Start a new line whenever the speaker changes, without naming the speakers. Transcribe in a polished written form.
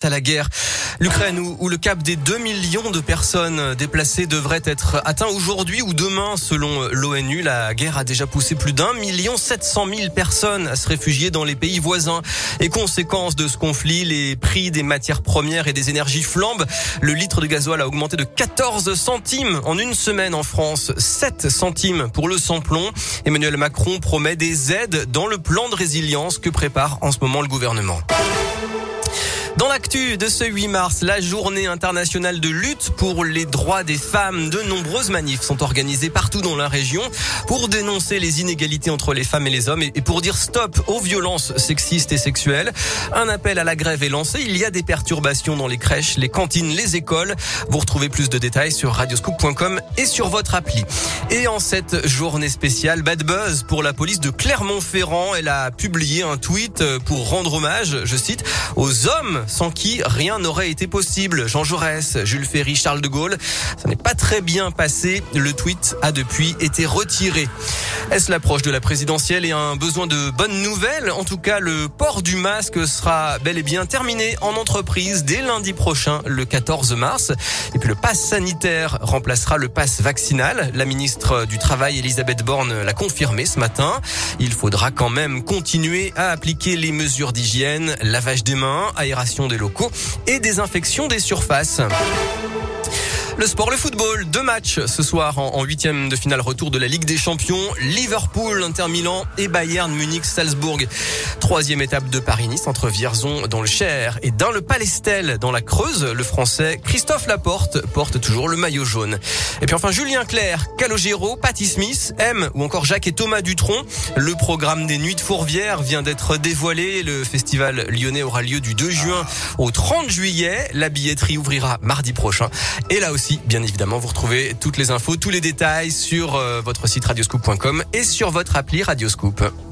à la guerre. L'Ukraine où le cap des 2 millions de personnes déplacées devrait être atteint aujourd'hui ou demain selon l'ONU. La guerre a déjà poussé plus d'1 700 000 personnes à se réfugier dans les pays voisins. Et conséquence de ce conflit, les prix des matières premières et des énergies flambent. Le litre de gasoil a augmenté de 14 centimes en une semaine en France, 7 centimes pour le sans-plomb. Emmanuel Macron promet des aides dans le plan de résilience que prépare en ce moment le gouvernement. Dans l'actu de ce 8 mars, la journée internationale de lutte pour les droits des femmes. De nombreuses manifs sont organisées partout dans la région pour dénoncer les inégalités entre les femmes et les hommes et pour dire stop aux violences sexistes et sexuelles. Un appel à la grève est lancé. Il y a des perturbations dans les crèches, les cantines, les écoles. Vous retrouvez plus de détails sur radioscoop.com et sur votre appli. Et en cette journée spéciale, bad buzz pour la police de Clermont-Ferrand. Elle a publié un tweet pour rendre hommage, je cite, aux hommes sans qui rien n'aurait été possible. Jean Jaurès, Jules Ferry, Charles de Gaulle. Ça n'est pas très bien passé. Le tweet a depuis été retiré. Est-ce l'approche de la présidentielle et un besoin de bonnes nouvelles? En tout cas, le port du masque sera bel et bien terminé en entreprise dès lundi prochain, le 14 mars. Et puis le pass sanitaire remplacera le pass vaccinal. La ministre du Travail, Elisabeth Borne, l'a confirmé ce matin. Il faudra quand même continuer à appliquer les mesures d'hygiène, lavage des mains, aération des locaux et désinfection des surfaces. Le sport, le football, 2 matchs ce soir en 8e de finale retour de la Ligue des Champions. Liverpool, Inter Milan et Bayern Munich, Salzbourg. 3e étape de Paris-Nice entre Vierzon dans le Cher et dans le Palestel dans la Creuse. Le Français Christophe Laporte porte toujours le maillot jaune. Et puis enfin Julien Clerc, Calogero, Patti Smith, M ou encore Jacques et Thomas Dutronc. Le programme des Nuits de Fourvière vient d'être dévoilé. Le festival lyonnais aura lieu du 2 juin au 30 juillet. La billetterie ouvrira mardi prochain. Et là aussi, bien évidemment, vous retrouvez toutes les infos, tous les détails sur votre site radioscoop.com et sur votre appli Radioscoop.